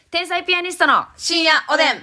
天才ピアニストの深夜おでん。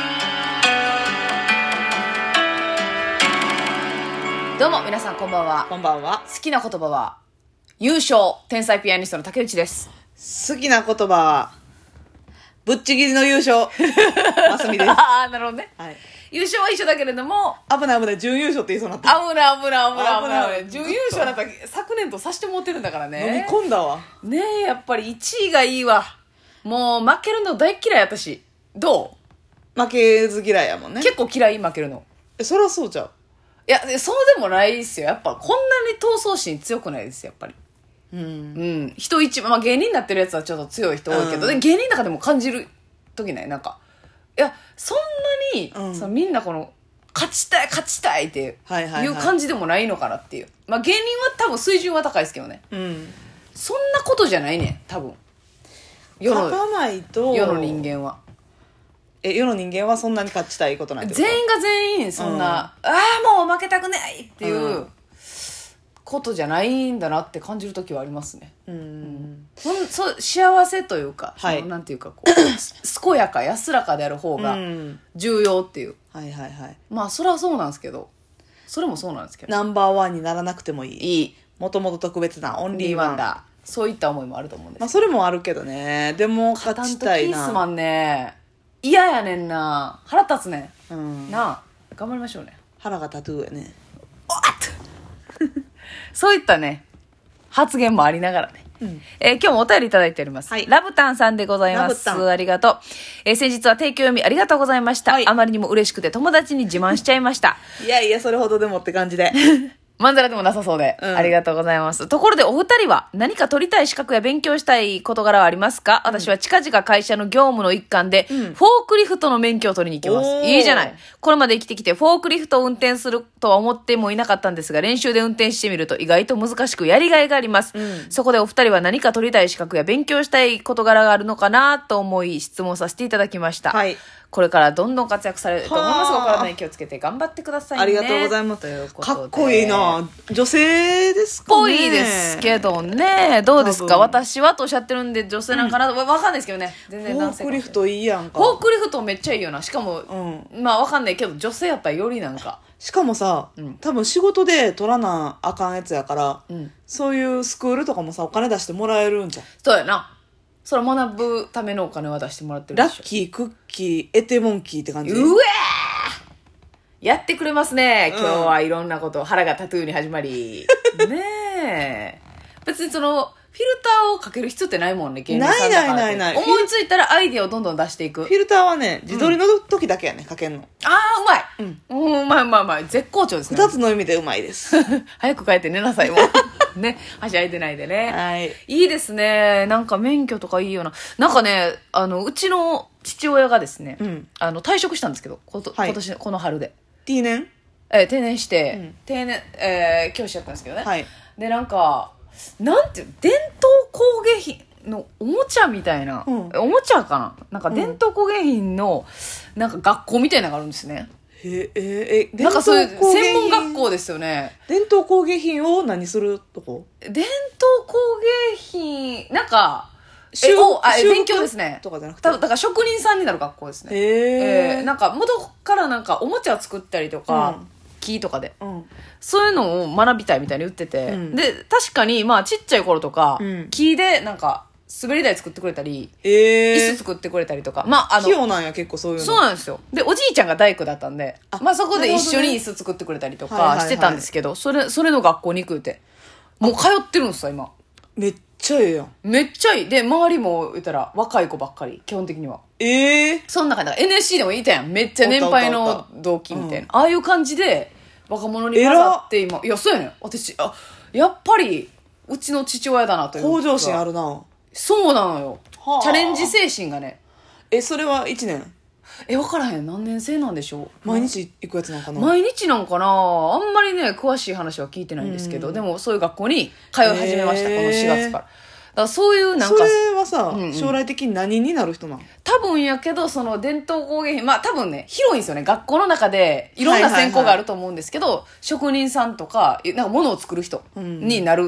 どうも皆さんこんばんは。 こんばんは。 好きな言葉は優勝。天才ピアニストの竹内です。 好きな言葉はぶっちぎりの優勝マスミです。 ああ、なるほどね、 はい、 優勝は一緒だけれども、 危ない準優勝って言いそうになった。 危ない準優勝だったら昨年とさしてもってるんだからね。 飲み込んだわねえ、やっぱり1位がいいわ。もう負けるの大嫌い。私ど負けず嫌いやもんう？ ね。 結構嫌い、負けるの。 そりゃそうちゃう。 いや、そうでもないっすよ。やっぱこんなに闘争心強くないですよ、やっぱり。人一番、まあ芸人になってるやつはちょっと強い人多いけど、で芸人の中でも感じる時ない？なんか、いや、そんなに、みんなこの勝ちたいっていう感じでもないのかなっていう。まあ芸人は多分水準は高いですけどね。そんなことじゃないね、多分。 勝たないと。 世の人間は。 世の人間はそんなに勝ちたいことないってこと？ 全員が全員そんな、ああもう負けたくないっていうことじゃないんだなって感じる時はありますね。幸せというか、 はい、 なんていうかこう健やか安らかである方が重要っていう、まあそれはそうなんですけど、それもそうなんですけど、 ナンバーワンにならなくてもいい、もともと特別なオンリーワンだ、 そういった思いもあると思うんです。 まあそれもあるけどね。でも勝ちたいな。 キースマンね、嫌やねんな、腹立つねん、なあ、頑張りましょうね。 腹がタトゥーやね。 おっとそういったね発言もありながらね、今日もお便りいただいております、ラブタンさんでございます。ありがとう。先日は提供読みありがとうございました、あまりにも嬉しくて友達に自慢しちゃいました。 いやそれほどでもって感じでまんざらでもなさそうで、ありがとうございます。ところでお二人は何か取りたい資格や勉強したい事柄はありますか？私は近々会社の業務の一環で、フォークリフトの免許を取りに行きます。いいじゃない。これまで生きてきてフォークリフトを運転するとは思ってもいなかったんですが、練習で運転してみると意外と難しくやりがいがあります。そこでお二人は何か取りたい資格や勉強したい事柄があるのかなと思い質問させていただきました。これからどんどん活躍されると思いますが、お体に気をつけて頑張ってくださいね。 ありがとうございます。 ということで、 かっこいいな。女性ですかね。 ぽいですけどね。どうですか？私はとおっしゃってるんで女性なんかな、わかんないですけどね。全然男性。 フォークリフトいいやんか。 フォークリフトめっちゃいいよな。しかも、まあわかんないけど女性やったらよりなんか。 しかもさ、多分仕事で取らなあかんやつやから、そういうスクールとかもさ、お金出してもらえるんじゃん。 そうやな。それ学ぶためのお金は出してもらってるでしょ。 ラッキー、クッキー、エテモンキーって感じ。 うえー、やってくれますね。今日はいろんなこと。腹がタトゥーに始まり。ねえ。別にその、フィルターをかける必要ってないもんね、芸人さんだから。ない。思いついたらアイディアをどんどん出していく。 フィルターはね、自撮りの時だけやね、かけんの。 ああ、うまい。うまい。絶好調ですね。 二つの意味でうまいです。 早く帰って寝なさい、もう。ね。足開いてないでね。 はい。 いいですね。なんか免許とかいいよな。なんかね、うちの父親がですね、退職したんですけど、今年、この春で。 定年？ 定年して、教師やったんですけどね。で、なんか、なんていう、伝統工芸品のおもちゃみたいな、おもちゃかな、なんか伝統工芸品の、なんか学校みたいなのがあるんですね。なんかそういう専門学校ですよね。 伝統工芸品を何するとこ？ 伝統工芸品、なんか、勉強ですね。 とかじゃなくて。 だから職人さんになる学校ですね。なんか元からなんかおもちゃを作ったりとか、木とかで、そういうのを学びたいみたいに言ってて、で確かにまあちっちゃい頃とか、木でなんか滑り台作ってくれたり、椅子作ってくれたりとか、まあ器用なんや結構そういうの。 そうなんですよ。でおじいちゃんが大工だったんで、まあそこで一緒に椅子作ってくれたりとかしてたんですけど、それの学校に行くってもう通ってるんですよ今。 めっちゃええやん。 めっちゃいい。で周りも言ったら若い子ばっかり、基本的には。そんな感じだ。 NSC でもいたやん、めっちゃ年配の同期みたいな、ああいう感じで若者に混ざって今。いやそうやねん。私やっぱりうちの父親だなというか。 向上心あるな。 そうなのよ。チャレンジ精神がね。 それは1年？ 分からへん。何年生なんでしょう。 毎日行くやつなんかな。 毎日なんかな。あんまりね詳しい話は聞いてないんですけど、でもそういう学校に通い始めました、この4月から。だからそういうなんかそれはさ、将来的に何になる人なの？ 多分やけど、その伝統工芸品、まあ多分ね広いんですよね。学校の中でいろんな専攻があると思うんですけど、職人さんとかなんか物を作る人になる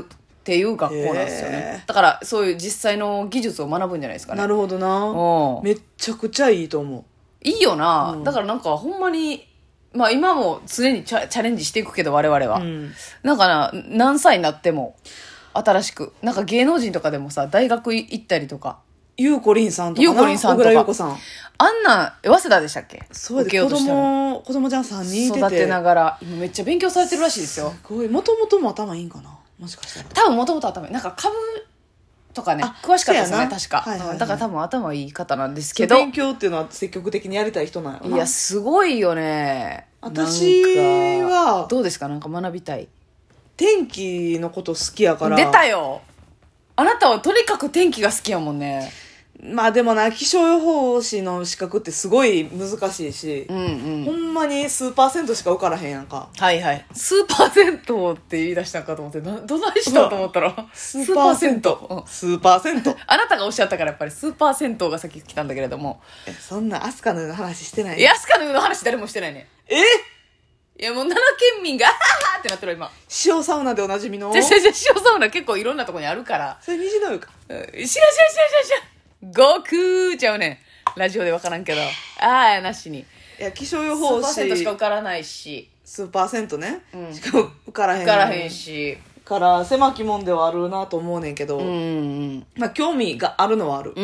っていう学校なんですよね。だからそういう実際の技術を学ぶんじゃないですかね。 なるほどな。めっちゃくちゃいいと思う。 いいよな、だからなんかほんまに、まあ今も常にチャレンジしていくけど我々は、なんかな、何歳になっても新しく、なんか芸能人とかでもさ、大学行ったりとか、 ゆうこりんさんとかな、 ゆうこりんさんとか、 小倉優子さん、 あんな早稲田でしたっけ？ そうで、子供ちゃん3人いてて育てながら今めっちゃ勉強されてるらしいですよ。 すごい。もともとも頭いいんかな、もしかしたら。 多分もともと頭いい、なんか株とかね、詳しかったですよね、確か、 はいはいはい、 だから多分頭いい方なんですけど、 勉強っていうのは積極的にやりたい人なんやろな。 いやすごいよね。 私はどうですか、なんか学びたい。 天気のこと好きやから。 出たよ、あなたはとにかく天気が好きやもんね。 まあでもな、気象予報士の資格ってすごい難しいし、ほんまに数%しか受からへんやんか。 はいはい。数パーセントって言い出したんかと思って、どないしたと思ったら、 数パーセント。数パーセント。 あなたがおっしゃったからやっぱり数パーセントが先来たんだけれども。 そんなアスカの話してない。 アスカの話誰もしてないね。いやもう奈良県民が、あははってなってる今。 塩サウナでおなじみの。 塩サウナ結構いろんなとこにあるから。 それ虹の湯か。 知らん。悟空ちゃうねん。ラジオでわからんけど。なしに。 いや、気象予報士。 数パーセントしか受からないし。 数パーセントね。しか受からへん。 受からへんし。 から狭きもんではあるなと思うねんけど。まあ興味があるのはある。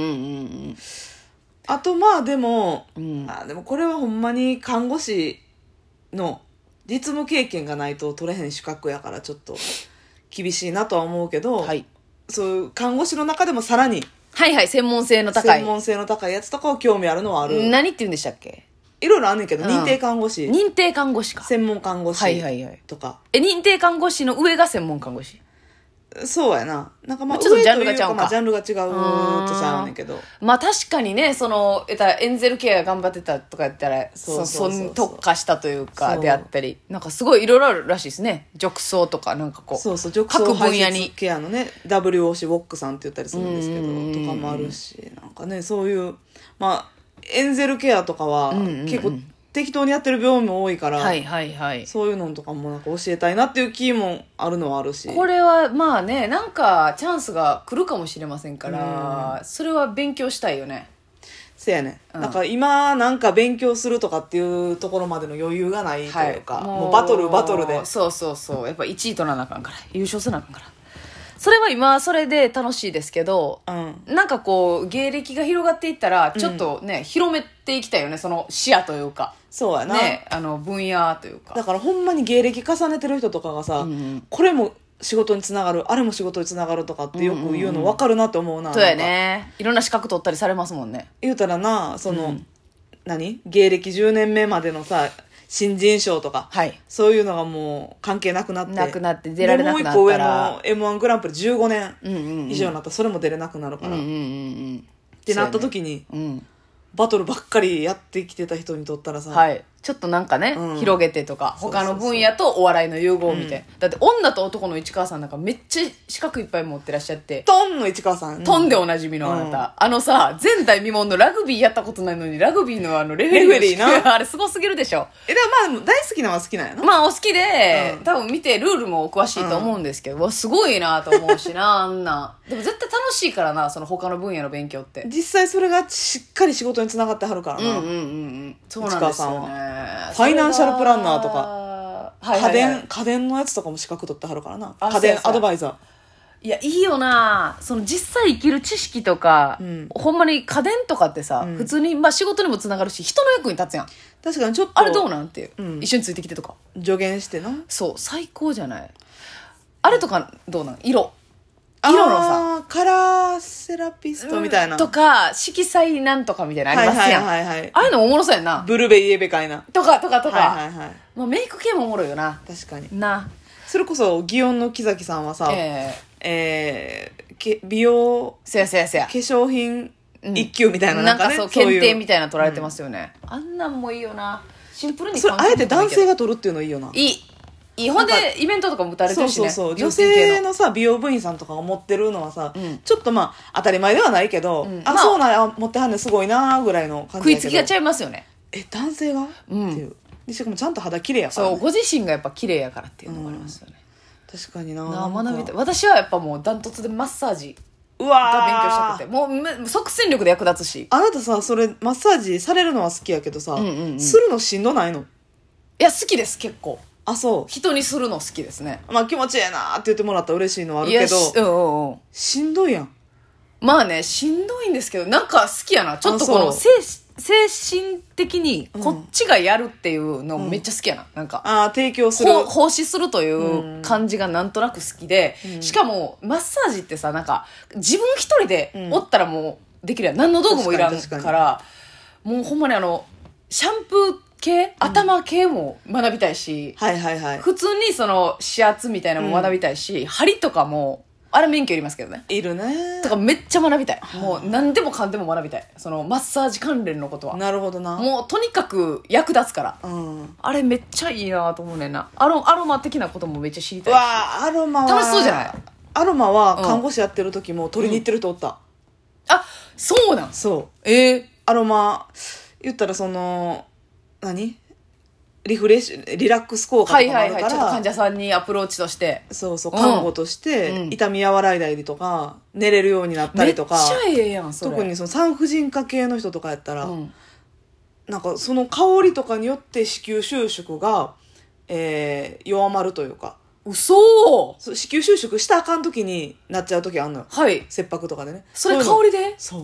あとまあでも、でもこれはほんまに看護師の実務経験がないと取れへん資格やからちょっと厳しいなとは思うけど、そういう看護師の中でもさらに専門性の高いやつとかは興味あるのはある。 何って言うんでしたっけ？ いろいろあんねんけど、認定看護師、 認定看護師か、 専門看護師とか、 認定看護師の上が専門看護師。 そうやな。なんかまあ、 ちょっとジャンルが違うか。 ジャンルが違うとちゃうねんけど。 まあ確かにね、エンゼルケア頑張ってたとか言ったら、特化したというか、であったり、なんかすごいいろいろあるらしいですね。褥瘡とか、なんかこう。 各分野に。ケアのね、WOC ウォックさんって言ったりするんですけど、とかもあるし、なんかね、そういう、まあ、エンゼルケアとかは、結構、適当にやってる病院も多いから、そういうのとかもなんか教えたいなっていう気もあるのはあるし、 これはまあね、なんかチャンスが来るかもしれませんから、それは勉強したいよね。 せやね、なんか今なんか勉強するとかっていうところまでの余裕がないというか、もうバトルで、 そうやっぱ1位取らなあかんから、優勝せなあかんから、それは今それで楽しいですけど、なんかこう芸歴が広がっていったらちょっとね、広めていきたいよね、その視野というか。 そうやな、 ね、分野というか。 だからほんまに芸歴重ねてる人とかがさ、これも仕事につながる、あれも仕事につながるとかってよく言うの分かるなって思うな。 そうやね、いろんな資格取ったりされますもんね。 言うたらな、芸歴10年目までのさ、新人賞とか、そういうのがもう関係なくなって出られなくなったら、 もう一個上の M1 グランプリ15年以上になったらそれも出れなくなるから、ってなった時に、バトルばっかりやってきてた人にとったらさ、ちょっとなんかね、広げてとか、他の分野とお笑いの融合みたいな。だって女と男の市川さんなんかめっちゃ資格いっぱい持ってらっしゃって、 トンの市川さん、 トンでおなじみのあなた、前代未聞のラグビーやったことないのにラグビーのレフェリーな、あれすごすぎるでしょ。 でもまあ大好きなのは好きなんやな。 まあお好きで、多分見てルールもお詳しいと思うんですけど、すごいなと思うしな、あんな。でも絶対楽しいからな、その他の分野の勉強って。 実際それがしっかり仕事につながってはるからな。 そうなんですよね。 ファイナンシャルプランナーとか、家電のやつとかも資格取ってはるからな。家電アドバイザー。 いや、いいよな。実際生きる知識とか、ほんまに家電とかってさ、普通に仕事にもつながるし、人の役に立つやん。 確かにちょっと。 あれどうなんっていう。一緒についてきてとか。 助言してな。 そう、最高じゃない。あれとかどうなん？色のさ、 カラーセラピストみたいな。 とか、色彩なんとかみたいなのありますやん。ああいうのおもろそうやんな。 ブルベイエベかいな。 とか。まあメイク系もおもろいよな。 確かに。 な。 それこそ、祇園の木崎さんはさ、美容、化粧品一級みたいな、 なんかそう、検定みたいな取られてますよね。あんなんもいいよな。シンプルに。 それあえて男性が取るっていうのいいよな。 いい。ほんで、イベントとかも打たれてるしね。 女性のさ、美容部員さんとかが持ってるのはさ、ちょっとまあ、当たり前ではないけど、そうなん持ってはんねんすごいなぐらいの感じだけど。 食いつきがちゃいますよね。 男性がっていう。しかもちゃんと肌綺麗やから。 そう、ご自身がやっぱ綺麗やからっていうのがありますよね。 確かにな。 学びたい。私はやっぱもうダントツでマッサージうわが勉強したくて、もう即戦力で役立つし。 あなたさ、それマッサージされるのは好きやけどさ、するのしんどないの？ いや、好きです、結構。 あ、そう。 人にするの好きですね。 まあ気持ちええなーって言ってもらったら嬉しいのはあるけど、しんどいやん。 まあね、しんどいんですけど、なんか好きやな。ちょっとこの精神的にこっちがやるっていうのめっちゃ好きやな。なんか。 提供する。 奉仕するという感じがなんとなく好きで、しかもマッサージってさ、なんか自分一人でおったらもうできるやん。何の道具もいらんから、もうほんまにシャンプー系、頭系も学びたいし、普通にその指圧みたいなのも学びたいし、針とかも、あれ免許いりますけどね。 いるね。 とかめっちゃ学びたい。もう何でもかんでも学びたい。そのマッサージ関連のことは。 なるほどな。 もうとにかく役立つから。あれめっちゃいいなと思うねんな。アロマ的なこともめっちゃ知りたいし。 わあ、アロマは。 楽しそうじゃない？ アロマは看護師やってる時も取りに行ってる人おった。 あ、そうなん？ そう。 アロマ、言ったらその、リラックス効果とかもあるから、 ちょっと患者さんにアプローチとして。 そうそう、看護として、痛み和らいだりとか、寝れるようになったりとか。 めっちゃええやん、それ。 特にその産婦人科系の人とかやったら、なんかその香りとかによって子宮収縮が、弱まるというか。 嘘。 子宮収縮したらあかん時になっちゃう時あんのよ。切迫とかでね。 それ香りで？ そう。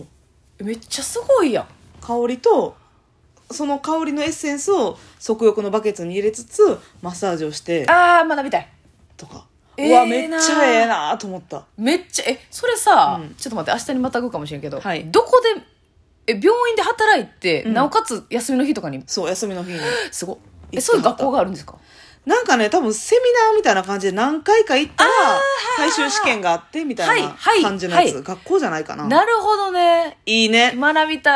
めっちゃすごいやん。 香りと、その香りのエッセンスを足浴のバケツに入れつつマッサージをして学びたいとか、うわめっちゃええなと思った。 めっちゃそれさ、ちょっと待って、明日にまたぐかもしれんけど、どこで病院で働いて、なおかつ休みの日とかに。 そう、休みの日にすごい。そういう学校があるんですか？ なんかね、多分セミナーみたいな感じで何回か行ったら最終試験があってみたいな感じのやつ。学校じゃないかな。 なるほどね。 いいね。 学びたい。